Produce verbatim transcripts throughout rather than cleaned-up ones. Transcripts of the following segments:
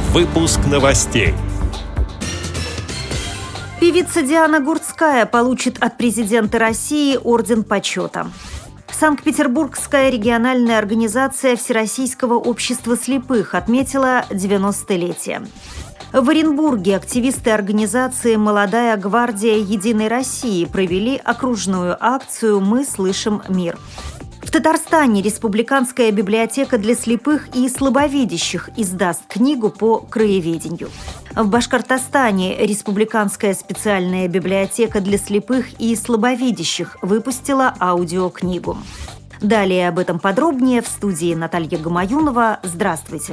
Выпуск новостей. Певица Диана Гурцкая получит от президента России орден почета. Санкт-Петербургская региональная организация Всероссийского общества слепых отметила девяностолетие. В Оренбурге активисты организации «Молодая гвардия Единой России» провели окружную акцию «Мы слышим мир». В Татарстане Республиканская библиотека для слепых и слабовидящих издаст книгу по краеведению. В Башкортостане Республиканская специальная библиотека для слепых и слабовидящих выпустила аудиокнигу. Далее об этом подробнее в студии Наталья Гамаюнова. Здравствуйте.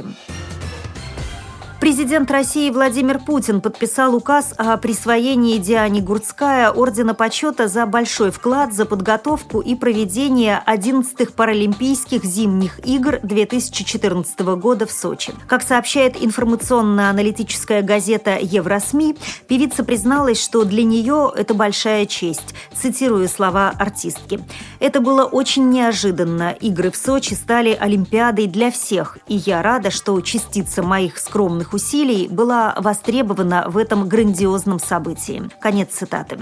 Президент России Владимир Путин подписал указ о присвоении Диане Гурцкая ордена почета за большой вклад за подготовку и проведение одиннадцатых Паралимпийских зимних игр две тысячи четырнадцатого года в Сочи. Как сообщает информационно-аналитическая газета «Евросми», певица призналась, что для нее это большая честь. Цитирую слова артистки. «Это было очень неожиданно. Игры в Сочи стали Олимпиадой для всех, и я рада, что частица моих скромных усилий была востребована в этом грандиозном событии». Конец цитаты.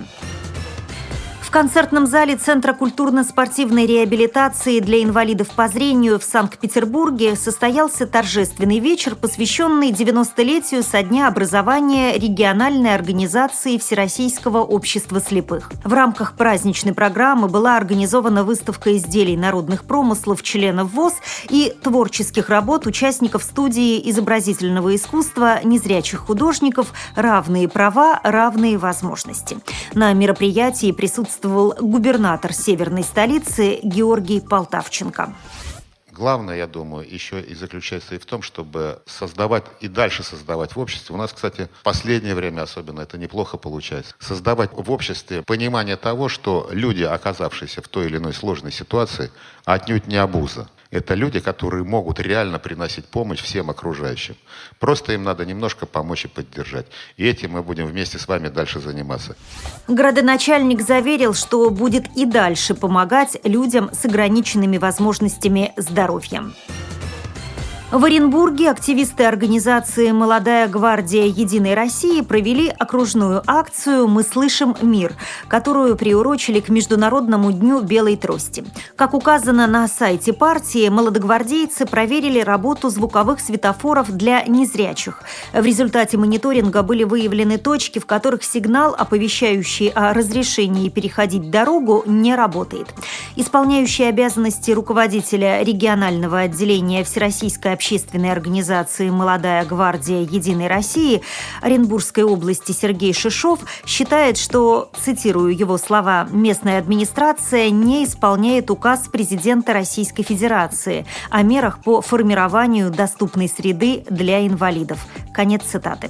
В концертном зале Центра культурно-спортивной реабилитации для инвалидов по зрению в Санкт-Петербурге состоялся торжественный вечер, посвященный девяностолетию со дня образования региональной организации Всероссийского общества слепых. В рамках праздничной программы была организована выставка изделий народных промыслов членов ВОС и творческих работ участников студии изобразительного искусства незрячих художников «Равные права, равные возможности». На мероприятии присутствовал губернатор северной столицы Георгий Полтавченко. Главное, я думаю, еще и заключается и в том, чтобы создавать и дальше создавать в обществе. У нас, кстати, в последнее время особенно это неплохо получается. Создавать в обществе понимание того, что люди, оказавшиеся в той или иной сложной ситуации, отнюдь не обуза. Это люди, которые могут реально приносить помощь всем окружающим. Просто им надо немножко помочь и поддержать. И этим мы будем вместе с вами дальше заниматься. Градоначальник заверил, что будет и дальше помогать людям с ограниченными возможностями здоровья. В Оренбурге активисты организации «Молодая гвардия Единой России» провели окружную акцию «Мы слышим мир», которую приурочили к Международному дню белой трости. Как указано на сайте партии, молодогвардейцы проверили работу звуковых светофоров для незрячих. В результате мониторинга были выявлены точки, в которых сигнал, оповещающий о разрешении переходить дорогу, не работает. Исполняющий обязанности руководителя регионального отделения Всероссийской общественной организации «Молодая гвардия Единой России» Оренбургской области Сергей Шишов считает, что, цитирую его слова, местная администрация не исполняет указ президента Российской Федерации о мерах по формированию доступной среды для инвалидов. Конец цитаты.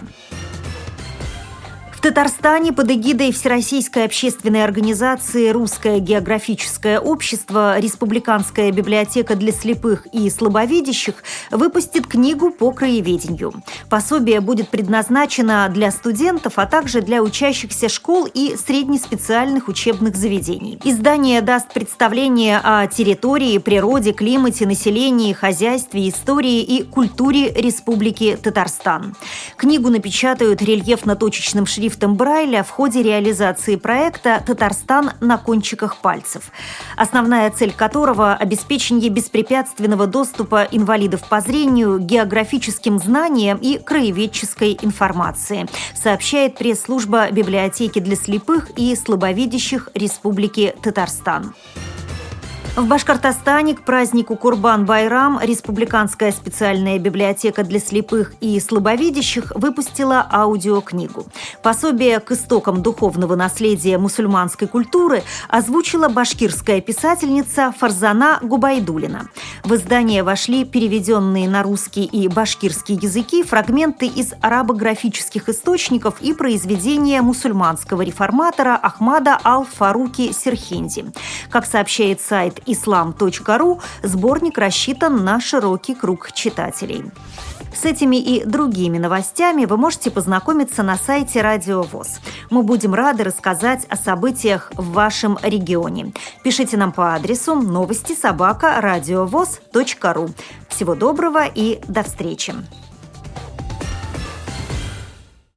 В Татарстане под эгидой Всероссийской общественной организации «Русское географическое общество» Республиканская библиотека для слепых и слабовидящих выпустит книгу по краеведению. Пособие будет предназначено для студентов, а также для учащихся школ и среднеспециальных учебных заведений. Издание даст представление о территории, природе, климате, населении, хозяйстве, истории и культуре Республики Татарстан. Книгу напечатают рельефно-точечным шрифтом Брайля в ходе реализации проекта «Татарстан на кончиках пальцев», основная цель которого – обеспечение беспрепятственного доступа инвалидов по зрению к географическим знаниям и краеведческой информации, сообщает пресс-служба библиотеки для слепых и слабовидящих Республики Татарстан. В Башкортостане к празднику Курбан-Байрам Республиканская специальная библиотека для слепых и слабовидящих выпустила аудиокнигу. Пособие к истокам духовного наследия мусульманской культуры озвучила башкирская писательница Фарзана Губайдуллина. В издание вошли переведенные на русский и башкирский языки фрагменты из арабографических источников и произведения мусульманского реформатора Ахмада Аль-Фаруки Серхинди. Как сообщает сайт ислам точка ру, сборник рассчитан на широкий круг читателей. С этими и другими новостями вы можете познакомиться на сайте Радио ВОС. Мы будем рады рассказать о событиях в вашем регионе. Пишите нам по адресу новости собака радиовос точка ру. Всего доброго и до встречи!